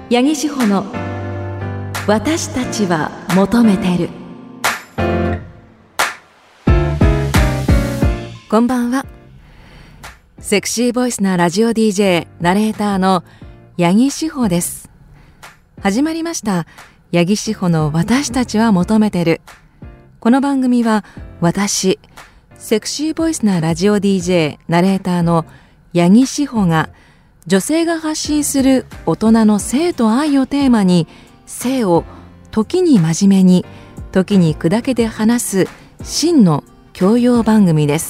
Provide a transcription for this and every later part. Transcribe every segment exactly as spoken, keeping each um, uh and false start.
八木志保の私たちは求めてる。こんばんは。セクシーボイスなラジオ ディージェー ナレーターの八木志保です。始まりました八木志保の私たちは求めてる。この番組は私セクシーボイスなラジオ ディージェー ナレーターの八木志保が女性が発信する大人の性と愛をテーマに、性を時に真面目に時に砕けて話す真の教養番組です。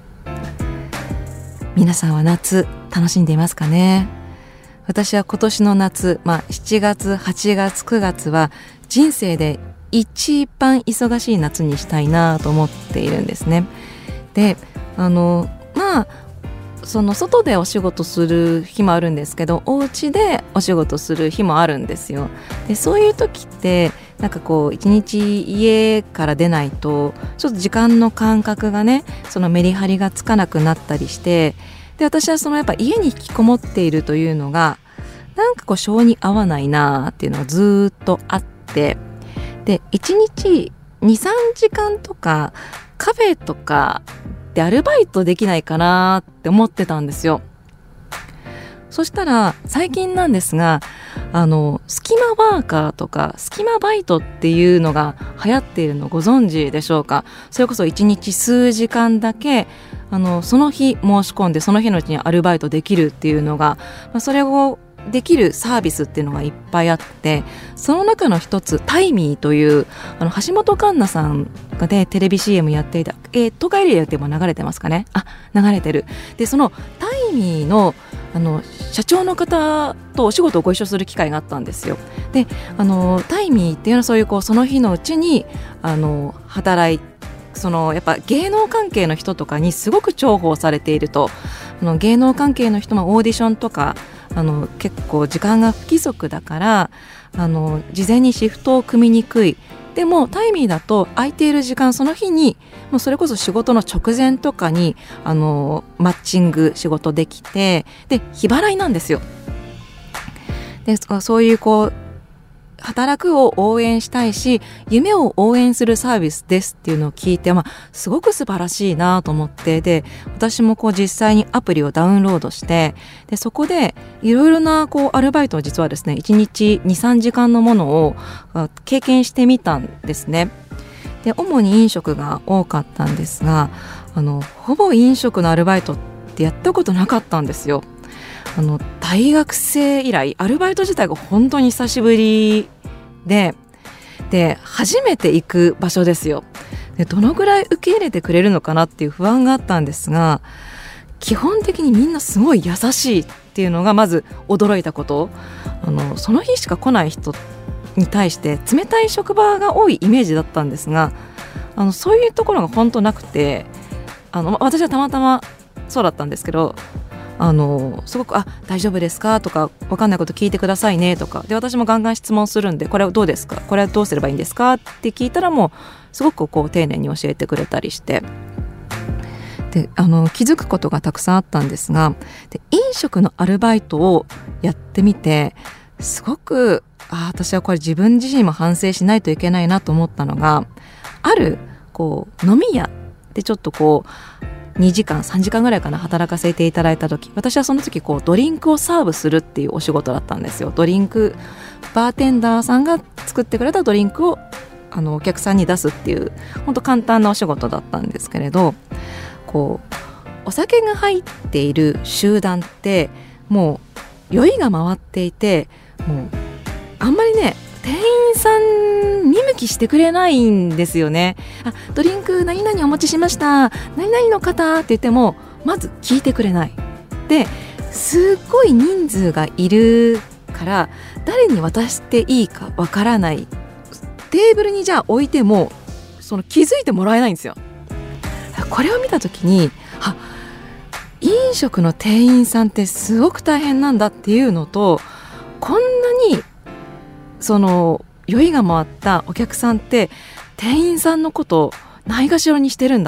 皆さんは夏楽しんでいますかね。私は今年の夏、まあ、しちがつはちがつくがつは人生で一番忙しい夏にしたいなと思っているんですね。で、あのまあその外でお仕事する日もあるんですけど、お家でお仕事する日もあるんですよ。で、そういう時ってなんかこう一日家から出ないとちょっと時間の感覚がね、そのメリハリがつかなくなったりして、で私はそのやっぱ家に引きこもっているというのがなんかこう性に合わないなっていうのがずっとあって、でいちにちに、さんじかんとかカフェとかでアルバイトできないかなって思ってたんですよ。そしたら最近なんですが、あの隙間ワーカーとか隙間バイトっていうのが流行っているのご存知でしょうか。それこそいちにち数時間だけあのその日申し込んでその日のうちにアルバイトできるっていうのが、まあ、それをできるサービスっていうのがいっぱいあって、その中の一つタイミーというあの橋本環奈さんがねテレビ シーエム やっていた、えー、東海エリアでも流れてますかね。あ、流れてる。でそのタイミーのあの社長の方とお仕事をご一緒する機会があったんですよ。であのタイミーっていうのはそういうこうその日のうちにあの働いて、そのやっぱ芸能関係の人とかにすごく重宝されていると。あの芸能関係の人もオーディションとかあの結構時間が不規則だからあの事前にシフトを組みにくい。でもタイミーだと空いている時間その日にもうそれこそ仕事の直前とかにあのマッチング仕事できて、で日払いなんですよ。でそういうこう働くを応援したいし夢を応援するサービスですっていうのを聞いて、まあ、すごく素晴らしいなと思って、で私もこう実際にアプリをダウンロードして、でそこでいろいろなこうアルバイトを実はですねいちにちに、さんじかんのものを経験してみたんですね。で主に飲食が多かったんですが、あのほぼ飲食のアルバイトってやったことなかったんですよ。あの大学生以来アルバイト自体が本当に久しぶりで、で初めて行く場所ですよ。でどのぐらい受け入れてくれるのかなっていう不安があったんですが、基本的にみんなすごい優しいっていうのがまず驚いたこと。あのその日しか来ない人に対して冷たい職場が多いイメージだったんですが、あのそういうところが本当なくて、あの私はたまたまそうだったんですけど、あのすごくあ大丈夫ですかとか分かんないこと聞いてくださいねとかで、私もガンガン質問するんで、これはどうですか、これはどうすればいいんですかって聞いたら、もうすごくこう丁寧に教えてくれたりして、であの気づくことがたくさんあったんですが、で飲食のアルバイトをやってみてすごくあ私はこれ自分自身も反省しないといけないなと思ったのが、あるこう飲み屋でちょっとこうにじかんさんじかんぐらいかな働かせていただいた時、私はその時こうドリンクをサーブするっていうお仕事だったんですよ。ドリンクバーテンダーさんが作ってくれたドリンクをあのお客さんに出すっていう本当簡単なお仕事だったんですけれど、こうお酒が入っている集団ってもう酔いが回っていて、もうあんまりね店員さん見向きしてくれないんですよね。あドリンク何々お持ちしました何々の方って言ってもまず聞いてくれない。ですっごい人数がいるから誰に渡していいかわからない。テーブルにじゃあ置いてもその気づいてもらえないんですよ。これを見た時にあ飲食の店員さんってすごく大変なんだっていうのと、こんなにその酔いが回ったお客さんって店員さんのことをないがしろにしてるんだと。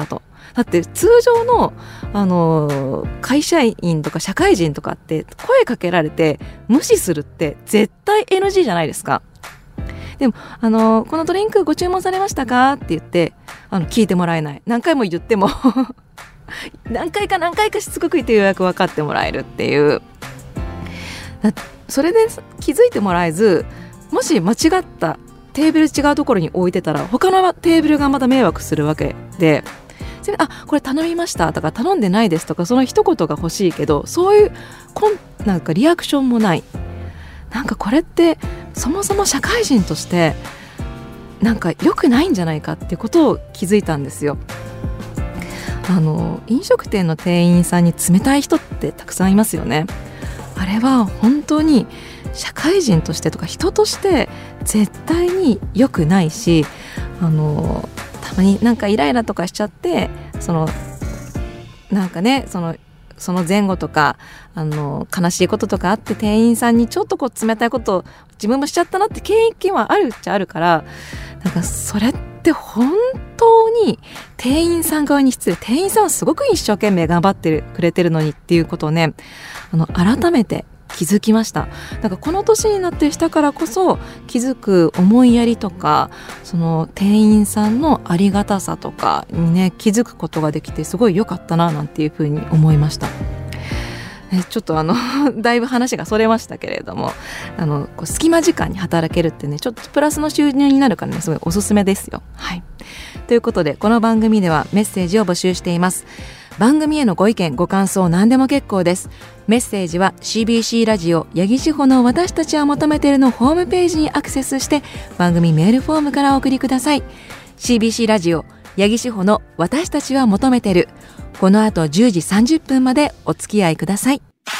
だって通常の、あの会社員とか社会人とかって声かけられて無視するって絶対 エヌジー じゃないですか。でも、あのこのドリンクご注文されましたかって言ってあの聞いてもらえない。何回も言っても何回か何回かしつこく言ってようやく分かってもらえるっていう。だそれで気づいてもらえず、もし間違ったテーブル違うところに置いてたら他のテーブルがまた迷惑するわけで、それあこれ頼みましたとか頼んでないですとかその一言が欲しいけど、そういうこんなんかリアクションもない。なんかこれってそもそも社会人としてなんか良くないんじゃないかっていうことを気づいたんですよ。あの飲食店の店員さんに冷たい人ってたくさんいますよね。あれは本当に社会人としてとか人として絶対に良くないし、あのたまになんかイライラとかしちゃって、そのなんかねそのその前後とかあの悲しいこととかあって店員さんにちょっとこう冷たいことを自分もしちゃったなって経験はあるっちゃあるから、なんかそれって本当に店員さん側に失礼。店員さんはすごく一生懸命頑張ってくれてるのにっていうことをね、あの改めて気づきました。なんかこの年になってしたからこそ気づく思いやりとか、その店員さんのありがたさとかにね気づくことができてすごい良かったななんていうふうに思いました。ちょっとあのだいぶ話がそれましたけれども、あのこう隙間時間に働けるってねちょっとプラスの収入になるからねすごいおすすめですよ。はい、ということでこの番組ではメッセージを募集しています。番組へのご意見ご感想何でも結構です。メッセージは シービーシー ラジオ八木志保の私たちは求めているのホームページにアクセスして番組メールフォームからお送りください。 シービーシー ラジオ八木志保の私たちは求めている、この後じゅうじさんじゅっぷんまでお付き合いください。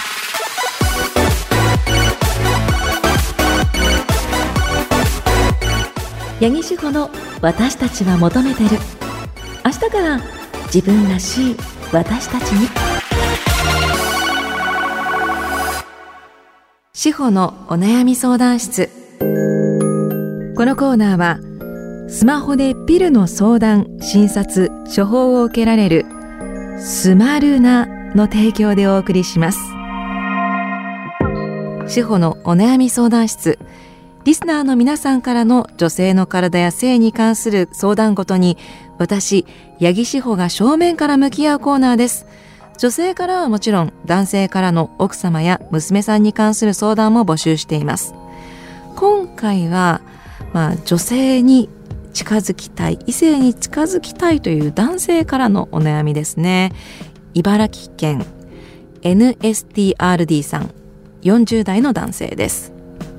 八木志保の私たちは求めてる。明日から自分らしい私たちに。志保のお悩み相談室。このコーナーはスマホでピルの相談、診察、処方を受けられるスマルナの提供でお送りします。志保のお悩み相談室。リスナーの皆さんからの女性の体や性に関する相談ごとに私、八木志保が正面から向き合うコーナーです。女性からはもちろん男性からの奥様や娘さんに関する相談も募集しています。今回は、まあ、女性に近づきたい、異性に近づきたいという男性からのお悩みですね。茨城県 エヌエスティーアールディー さん、よんじゅう代の男性です。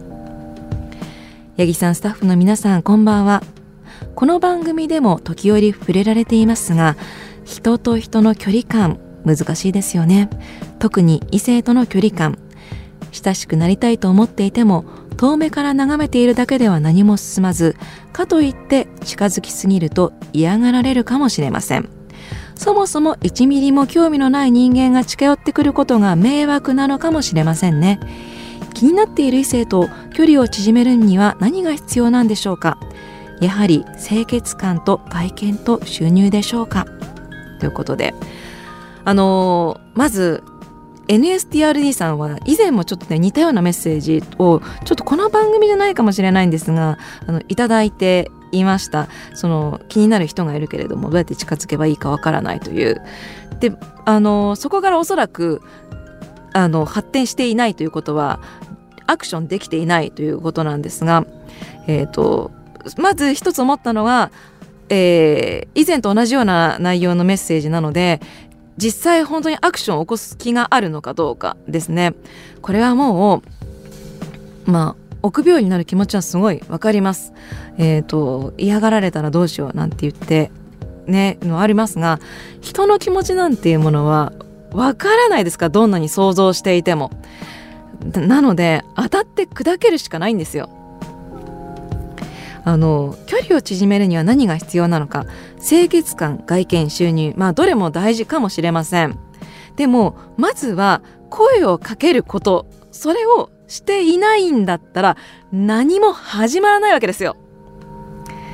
八木さん、スタッフの皆さん、こんばんは。この番組でも時折触れられていますが、人と人の距離感難しいですよね。特に異性との距離感、親しくなりたいと思っていても遠目から眺めているだけでは何も進まず、かといって近づきすぎると嫌がられるかもしれません。そもそもいちミリも興味のない人間が近寄ってくることが迷惑なのかもしれませんね。気になっている異性と距離を縮めるには何が必要なんでしょうか。やはり清潔感と外見と収入でしょうか、ということで、あのー、まず エヌエスティーアールディー さんは以前もちょっとね似たようなメッセージをちょっとこの番組じゃないかもしれないんですが、あのいただいていました。その気になる人がいるけれどもどうやって近づけばいいかわからないというで、あのー、そこからおそらくあの発展していないということはアクションできていないということなんですが、えーと、まず一つ思ったのは、えー、以前と同じような内容のメッセージなので実際本当にアクションを起こす気があるのかどうかですね。これはもうまあ臆病になる気持ちはすごいわかります。えーと、嫌がられたらどうしようなんて言ってねのありますが、人の気持ちなんていうものはわからないですか、どんなに想像していても。なので当たって砕けるしかないんですよ。あの距離を縮めるには何が必要なのか、清潔感、外見、収入、まあどれも大事かもしれません。でもまずは声をかけること、それをしていないんだったら何も始まらないわけですよ。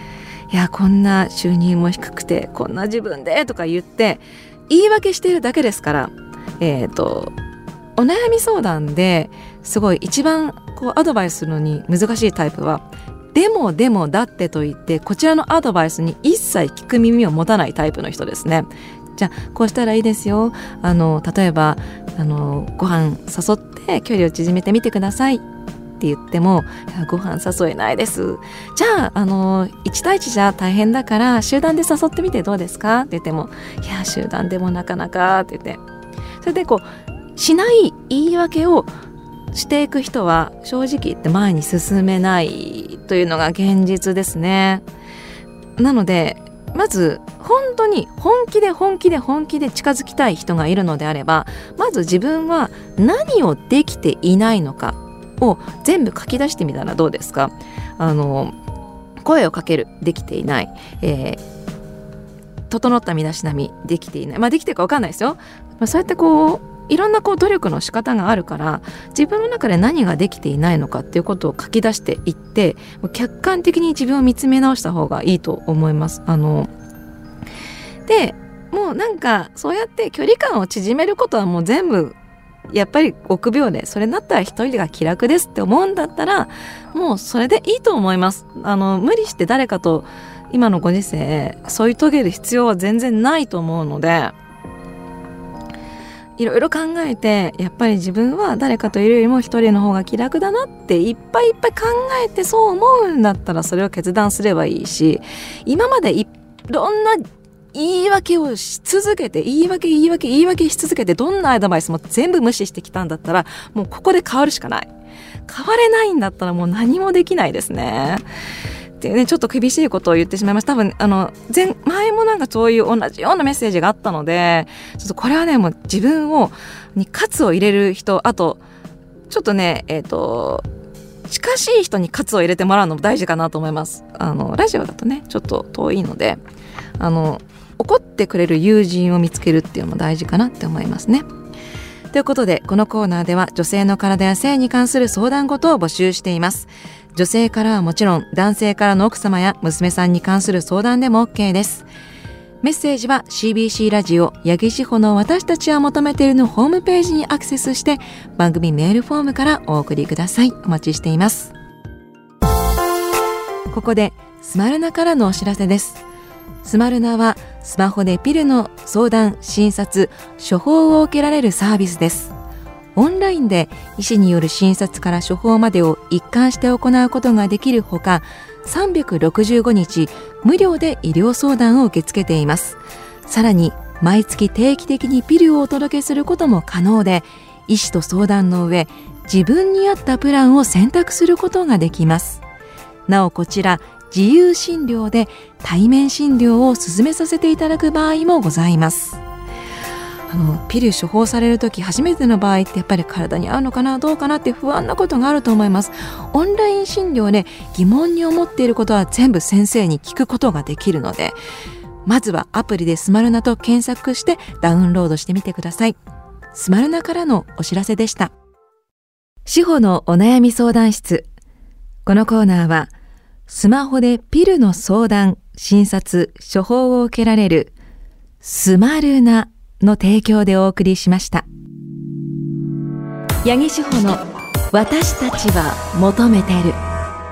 いやこんな収入も低くてこんな自分でとか言って言い訳しているだけですから、えーと、お悩み相談ですごい一番こうアドバイスするのに難しいタイプは、でもでもだってと言ってこちらのアドバイスに一切聞く耳を持たないタイプの人ですね。じゃあこうしたらいいですよ、あの例えばあのご飯誘って距離を縮めてみてくださいって言っても、いやご飯誘えないです、じゃあ、あのいち対いちじゃ大変だから集団で誘ってみてどうですかって言っても、いや集団でもなかなかって言って、それでこうしない言い訳をしていく人は正直言って前に進めないというのが現実ですね。なのでまず本当に本気で本気で本気で近づきたい人がいるのであれば、まず自分は何をできていないのかを全部書き出してみたらどうですか。あの声をかけるできていない、えー、整った身だしなみできていない、まあできてるか分かんないですよ、まあ、そうやってこういろんなこう努力の仕方があるから、自分の中で何ができていないのかっていうことを書き出していって、客観的に自分を見つめ直した方がいいと思います。あのでもうなんかそうやって距離感を縮めることはもう全部やっぱり臆病で、それだったら一人が気楽ですって思うんだったらもうそれでいいと思います。あの無理して誰かと今のご時世添い遂げる必要は全然ないと思うので、いろいろ考えてやっぱり自分は誰かといるよりも一人の方が気楽だなっていっぱいいっぱい考えてそう思うんだったらそれを決断すればいいし、今までいろんな言い訳をし続けて言い訳言い訳言い訳し続けてどんなアドバイスも全部無視してきたんだったらもうここで変わるしかない。変われないんだったらもう何もできないですねっていうね、ちょっと厳しいことを言ってしまいました。多分あの前前もなんかそういう同じようなメッセージがあったので、ちょっとこれはねもう自分をに喝を入れる人、あとちょっとねえっと近しい人に喝を入れてもらうのも大事かなと思います。あのラジオだとねちょっと遠いので、あの怒ってくれる友人を見つけるっていうのも大事かなって思いますね。ということでこのコーナーでは女性の体や性に関する相談事を募集しています。女性からはもちろん男性からの奥様や娘さんに関する相談でも OK です。メッセージは シービーシー ラジオ八木志保の私たちは求めているのホームページにアクセスして番組メールフォームからお送りください。お待ちしています。ここでスマルナからのお知らせです。スマルナはスマホでピルの相談、診察、処方を受けられるサービスです。オンラインで医師による診察から処方までを一貫して行うことができるほか、さんびゃくろくじゅうごにち無料で医療相談を受け付けています。さらに毎月定期的にピルをお届けすることも可能で、医師と相談の上自分に合ったプランを選択することができます。なおこちら自由診療で対面診療を進めさせていただく場合もございます。あのピル処方されるとき初めての場合ってやっぱり体に合うのかなどうかなって不安なことがあると思います。オンライン診療で疑問に思っていることは全部先生に聞くことができるので、まずはアプリでスマルナと検索してダウンロードしてみてください。スマルナからのお知らせでした。志保のお悩み相談室。このコーナーはスマホでピルの相談、診察、処方を受けられるスマルナの提供でお送りしました。八木志保の私たちは求めてる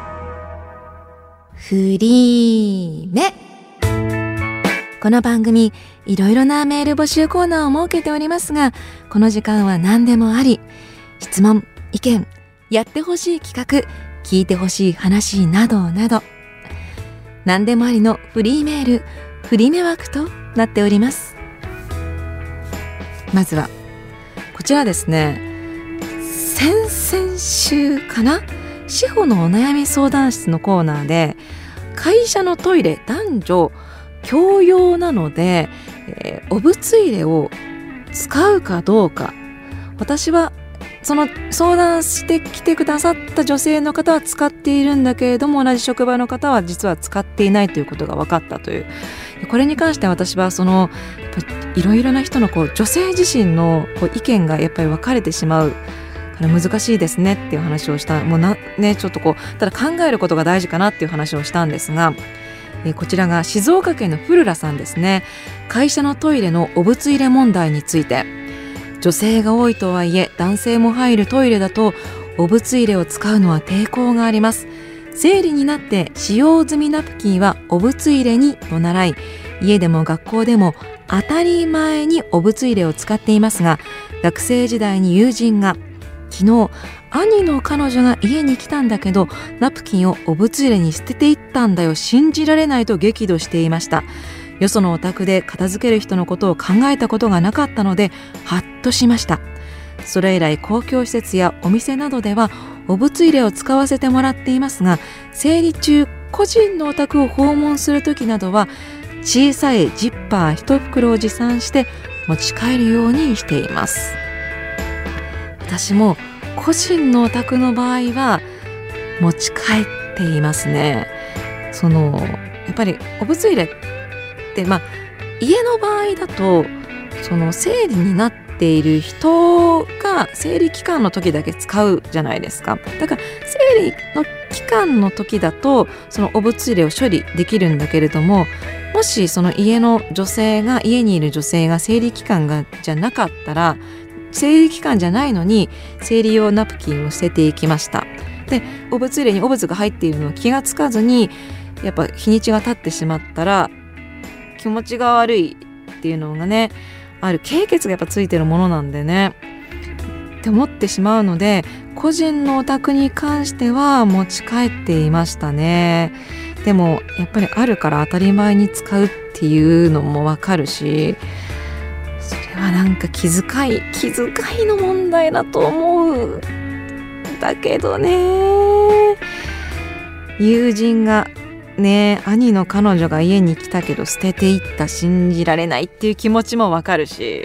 フリーメ。この番組いろいろなメール募集コーナーを設けておりますが、この時間は何でもあり、質問、意見、やってほしい企画、聞いてほしい話などなど何でもありのフリーメール、フリーメ枠となっております。まずはこちらですね、先々週かな、志保のお悩み相談室のコーナーで会社のトイレ男女共用なので、えー、お物入れを使うかどうか、私はその相談してきてくださった女性の方は使っているんだけれども、同じ職場の方は実は使っていないということが分かったという、これに関して私はそのいろいろな人のこう女性自身のこう意見がやっぱり分かれてしまうから難しいですねっていう話をした。もうな、ね、ちょっとこうただ考えることが大事かなっていう話をしたんですが、 えー、こちらが静岡県の古良さんですね。会社のトイレの汚物入れ問題について、女性が多いとはいえ男性も入るトイレだと汚物入れを使うのは抵抗があります。生理になって使用済みナプキンは汚物入れにと習い、家でも学校でも当たり前に汚物入れを使っていますが、学生時代に友人が昨日兄の彼女が家に来たんだけどナプキンを汚物入れに捨てていったんだよ、信じられないと激怒していました。よそのお宅で片付ける人のことを考えたことがなかったのでハッとしました。それ以来公共施設やお店などでは汚物入れを使わせてもらっていますが、生理中個人のお宅を訪問するときなどは小さいジッパー一袋を持参して持ち帰るようにしています。私も個人のお宅の場合は持ち帰っていますね。そのやっぱり汚物入れってまあ家の場合だとその生理になっている人が生理期間の時だけ使うじゃないですか。だから生理の期間の時だとその汚物入れを処理できるんだけれども、もしその家の女性が家にいる女性が生理期間がじゃなかったら、生理期間じゃないのに生理用ナプキンを捨てていきました。で汚物入れに汚物が入っているのを気がつかずにやっぱ日にちが経ってしまったら気持ちが悪いっていうのがねある。経血がやっぱついてるものなんでねって思ってしまうので、個人のお宅に関しては持ち帰っていましたね。でもやっぱりあるから当たり前に使うっていうのもわかるし、それはなんか気遣い気遣いの問題だと思う。だけどね、友人がね、兄の彼女が家に来たけど捨てていった、信じられないっていう気持ちもわかるし、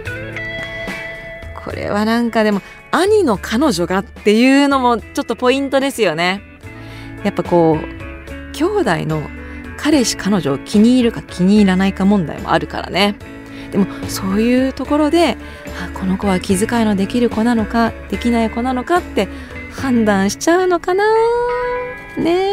これはなんかでも兄の彼女がっていうのもちょっとポイントですよね。やっぱこう兄弟の彼氏彼女を気に入るか気に入らないか問題もあるからね。でもそういうところであこの子は気遣いのできる子なのかできない子なのかって判断しちゃうのかなね。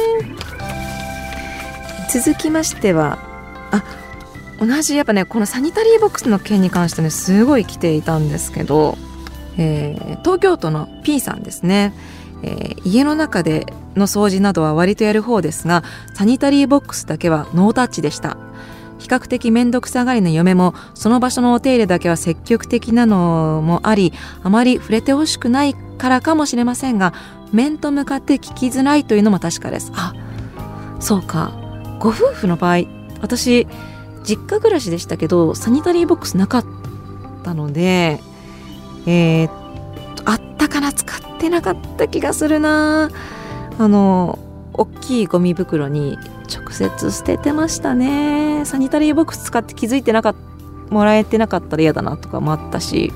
続きましてはあ同じやっぱねこのサニタリーボックスの件に関してねすごい来ていたんですけど、えー、東京都の P さんですね、えー、家の中での掃除などは割とやる方ですがサニタリーボックスだけはノータッチでした。比較的めんどくさがりの嫁もその場所のお手入れだけは積極的なのもあり、あまり触れてほしくないからかもしれませんが面と向かって聞きづらいというのも確かです。あ、そうか、ご夫婦の場合私実家暮らしでしたけどサニタリーボックスなかったので、えー、あったかな、使ってなかった気がするな。あの大きいゴミ袋に直接捨ててましたね。サニタリーボックス使って気づいてなかったもらえてなかったら嫌だなとかもあったし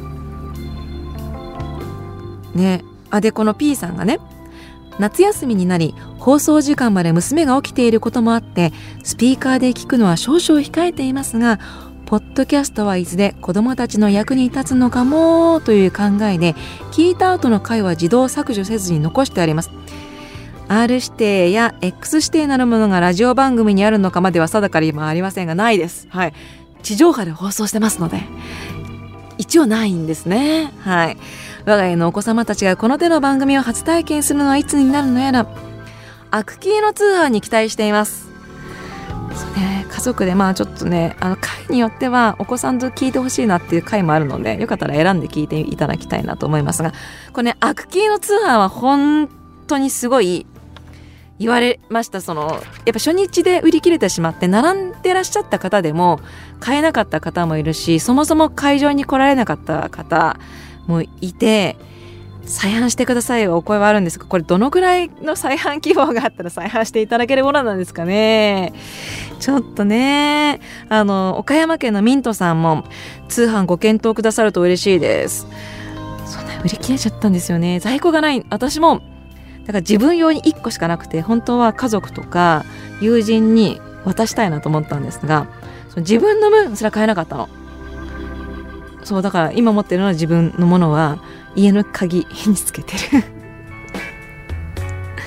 ね。あでこの P さんがね、夏休みになり放送時間まで娘が起きていることもあってスピーカーで聞くのは少々控えていますが、ポッドキャストはいずれ子どもたちの役に立つのかもという考えで聞いた後の回は自動削除せずに残してあります。 R 指定や X 指定なるものがラジオ番組にあるのかまでは定かにはありませんがないです、はい、地上波で放送してますので一応ないんですね。はい、我が家のお子様たちがこの手の番組を初体験するのはいつになるのやらアクキーの通販に期待しています。そうね、家族でまあちょっとねあの回によってはお子さんと聞いてほしいなっていう回もあるのでよかったら選んで聞いていただきたいなと思いますが、これねアクキーの通販は本当にすごい言われました。そのやっぱ初日で売り切れてしまって並んでらっしゃった方でも買えなかった方もいるし、そもそも会場に来られなかった方もいて、再販してくださいはお声はあるんですが、これどのくらいの再販希望があったら再販していただけるものなんですかね。ちょっとね、あの岡山県のミントさんも通販ご検討くださると嬉しいです。そんな売り切れちゃったんですよね。在庫がない。私もだから自分用にいっこしかなくて本当は家族とか友人に渡したいなと思ったんですが、その自分の分すら買えなかったの。そうだから今持ってるのは自分のものは家の鍵につけてる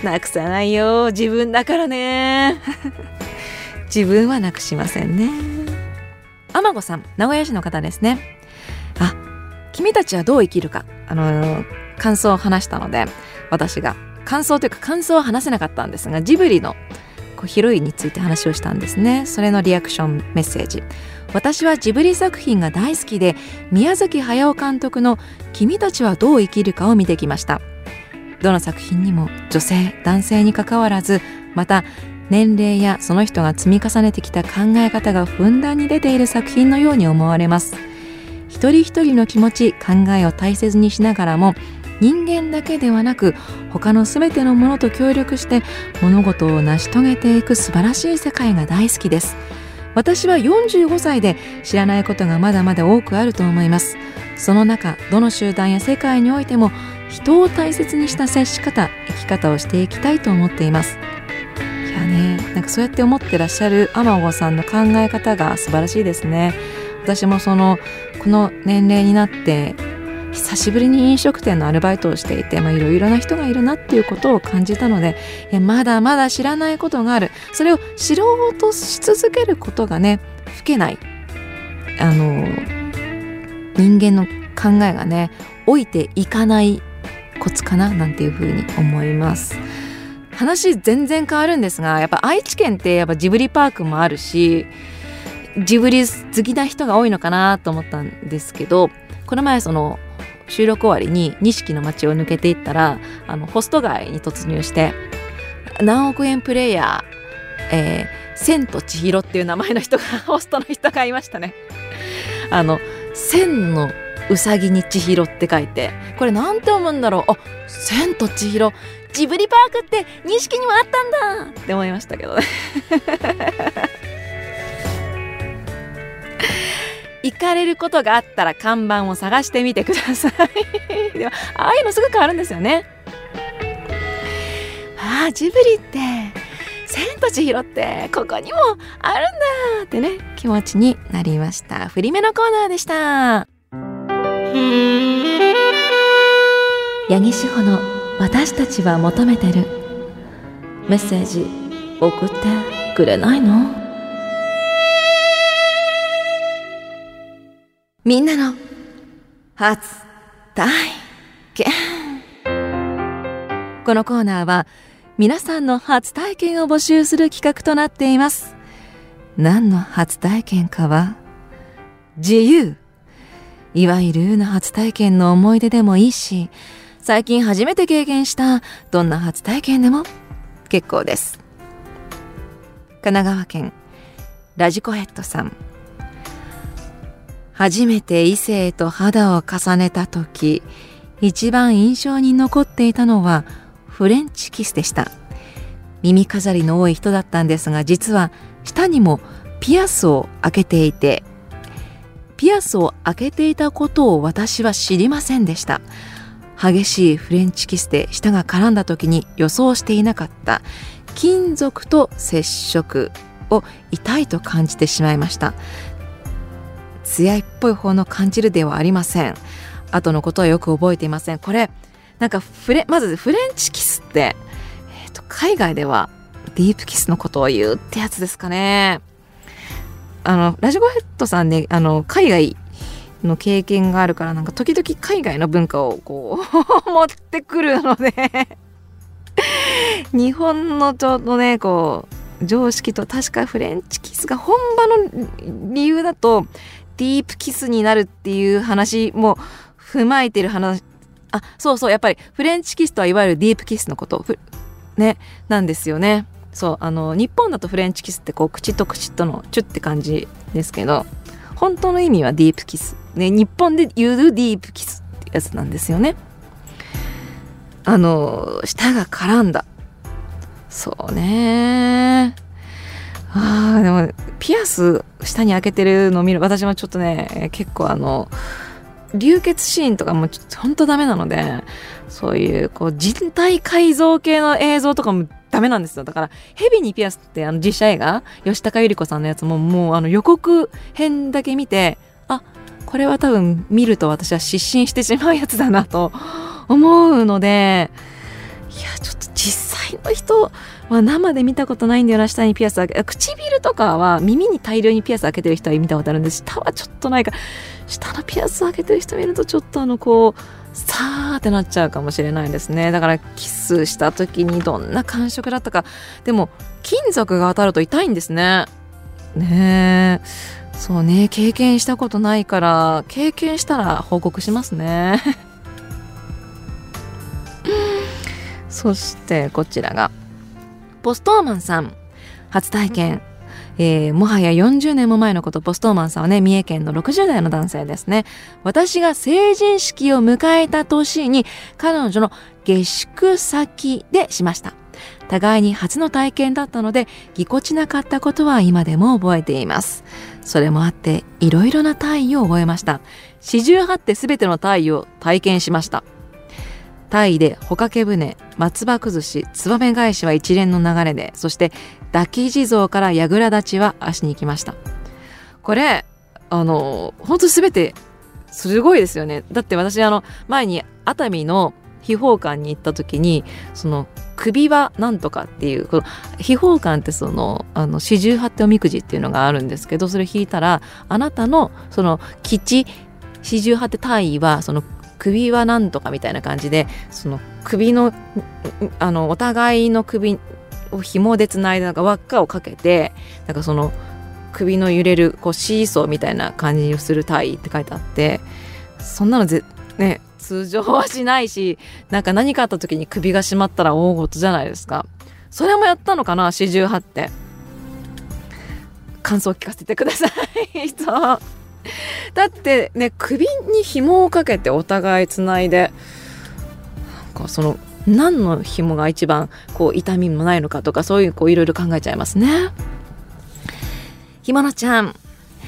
なくさないよ、自分だからね自分はなくしませんね。あまごさん、名古屋市の方ですね。あ、君たちはどう生きるか、あの感想を話したので、私が感想というか感想は話せなかったんですが、ジブリのこうヒロインについて話をしたんですね。それのリアクションメッセージ。私はジブリ作品が大好きで、宮崎駿監督の君たちはどう生きるかを見てきました。どの作品にも女性男性にかかわらず、また年齢やその人が積み重ねてきた考え方がふんだんに出ている作品のように思われます。一人一人の気持ち考えを大切にしながらも、人間だけではなく他のすべてのものと協力して物事を成し遂げていく素晴らしい世界が大好きです。私はよんじゅうごさいで知らないことがまだまだ多くあると思います。その中、どの集団や世界においても人を大切にした接し方、生き方をしていきたいと思っています。いやね、なんかそうやって思ってらっしゃるあまごさんの考え方が素晴らしいですね。私もそのこの年齢になって久しぶりに飲食店のアルバイトをしていて、まあ、いろいろな人がいるなっていうことを感じたので、いやまだまだ知らないことがある。それを知ろうとし続けることがね、老けないあの人間の考えがね、老いていかないコツかななんていうふうに思います。話全然変わるんですが、やっぱ愛知県ってやっぱジブリパークもあるし、ジブリ好きな人が多いのかなと思ったんですけど、この前その収録終わりに錦の街を抜けていったら、あのホスト街に突入して、何億円プレイヤー、えー、千と千尋っていう名前の人がホストの人がいましたね。あの千のうさぎに千尋って書いて、これなんて思うんだろう、あ、千と千尋、ジブリパークって錦にもあったんだって思いましたけどね行かれることがあったら看板を探してみてくださいでもああいうのすぐ変わるんですよね。ああ、ジブリって千と千尋ってここにもあるんだってね、気持ちになりました。振り目のコーナーでした。八木志保の私たちは求めてる。メッセージ送ってくれないの？みんなの初体験。このコーナーは皆さんの初体験を募集する企画となっています。何の初体験かは自由。いわゆるの初体験の思い出でもいいし、最近初めて経験したどんな初体験でも結構です。神奈川県ラジコヘッドさん。初めて異性と肌を重ねた時、一番印象に残っていたのはフレンチキスでした。耳飾りの多い人だったんですが、実は舌にもピアスを開けていて、ピアスを開けていたことを私は知りませんでした。激しいフレンチキスで舌が絡んだ時に予想していなかった金属と接触を痛いと感じてしまいました。艶いっぽい方の感じるではありません。後のことはよく覚えていません。これなんかフレまずフレンチキスって、えーと、海外ではディープキスのことを言うってやつですかね。あのラジコヘッドさんね、あの海外の経験があるから、なんか時々海外の文化をこう持ってくるので日本のちょっとねこう常識と、確かフレンチキスが本場の理由だとディープキスになるっていう話も踏まえてる話、あ、そうそう、やっぱりフレンチキスとはいわゆるディープキスのことねなんですよね。そう、あの日本だとフレンチキスってこう口と口とのチュッって感じですけど、本当の意味はディープキス、ね、日本で言うディープキスってやつなんですよね。あの舌が絡んだ、そうね。あー、でもピアス下に開けてるのを見る、私もちょっとね結構あの流血シーンとかもちょっと本当ダメなので、そういうこう人体改造系の映像とかもダメなんですよ。だからヘビにピアスってあの実写映画吉高由里子さんのやつももうあの予告編だけ見て、あ、これは多分見ると私は失神してしまうやつだなと思うので、いやちょっと実際の人は生で見たことないんだよな。下にピアス開け、唇とかは耳に大量にピアス開けてる人は見たことあるんです。下はちょっとないから、下のピアス開けてる人見るとちょっとあのこうさーってなっちゃうかもしれないですね。だからキスした時にどんな感触だったか。でも金属が当たると痛いんですね。ねえ、そうね、経験したことないから経験したら報告しますね。そしてこちらがポストーマンさん初体験、えー、もはやよんじゅうねんも前のこと。ポストーマンさんはね、三重県のろくじゅう代の男性ですね。私が成人式を迎えた年に彼女の下宿先でしました。互いに初の体験だったのでぎこちなかったことは今でも覚えています。それもあっていろいろな体位を覚えました。四十八手すべての体位を体験しました。体位で帆掛け舟、松葉崩し、ツバメ返しは一連の流れで、そして抱き地蔵から櫓立ちは足に行きました。これあの本当すべてすごいですよね。だって私あの前に熱海の秘宝館に行った時に、その首はなんとかっていう、この秘宝館ってそのあの四十八手おみくじっていうのがあるんですけど、それ引いたらあなたのその吉四十八手体位はその首はなんとかみたいな感じで、その首のあのお互いの首を紐でつないでなんか輪っかをかけて、なんかその首の揺れるこうシーソーみたいな感じをする体位って書いてあって、そんなのぜね通常はしないし、なんか何かあった時に首が締まったら大事じゃないですか。それもやったのかな、四十八手。感想を聞かせてください。そうだってね、首に紐をかけてお互いつないで、なんかその何の紐が一番こう痛みもないのかとか、そういうこういろいろ考えちゃいますね。ひものちゃん、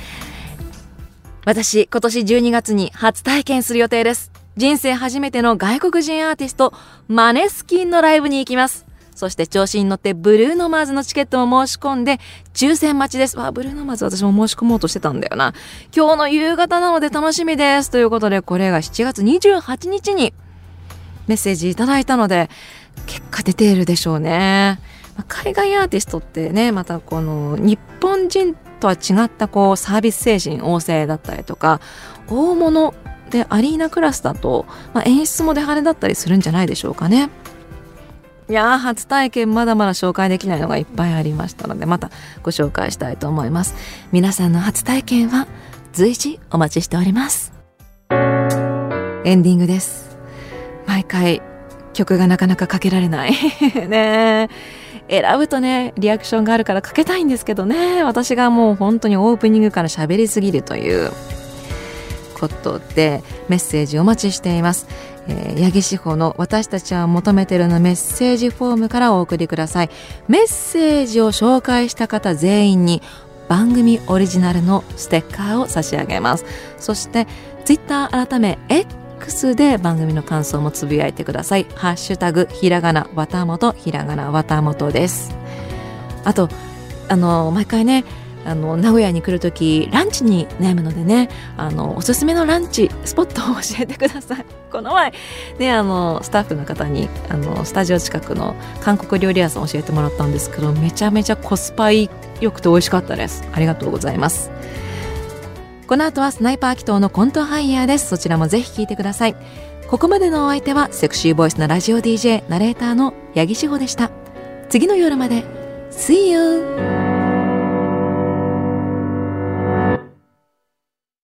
私今年じゅうにがつに初体験する予定です。人生初めての外国人アーティストマネスキンのライブに行きます。そして調子に乗ってブルーノマーズのチケットも申し込んで抽選待ちです。わあ、ブルーノマーズ私も申し込もうとしてたんだよな。今日の夕方なので楽しみです。ということで、これがしちがつにじゅうはちにちにメッセージいただいたので、結果出ているでしょうね。海外アーティストってね、またこの日本人とは違ったこうサービス精神旺盛だったりとか、大物でアリーナクラスだと、まあ、演出も出派手だったりするんじゃないでしょうかね。いやー、初体験まだまだ紹介できないのがいっぱいありましたので、またご紹介したいと思います。皆さんの初体験は随時お待ちしております。エンディングです。毎回曲がなかなかかけられないねえ、選ぶとねリアクションがあるからかけたいんですけどね、私がもう本当にオープニングから喋りすぎるということで、メッセージお待ちしています。えー、八木志保の私たちは求めてるのメッセージフォームからお送りください。メッセージを紹介した方全員に番組オリジナルのステッカーを差し上げます。そしてツイッター改め X で番組の感想もつぶやいてください。ハッシュタグひらがなわたもと、ひらがなわたもとです。あとあの毎回ね、あの名古屋に来るときランチに悩むのでね、あのおすすめのランチスポットを教えてください。この前ね、あのスタッフの方にあのスタジオ近くの韓国料理屋さん教えてもらったんですけど、めちゃめちゃコスパ良くて美味しかったです。ありがとうございます。この後はスナイパー祈祷のコントハイヤーです。そちらもぜひ聞いてください。ここまでのお相手はセクシーボイスのラジオ ディージェー ナレーターの八木志保でした。次の夜まで See you!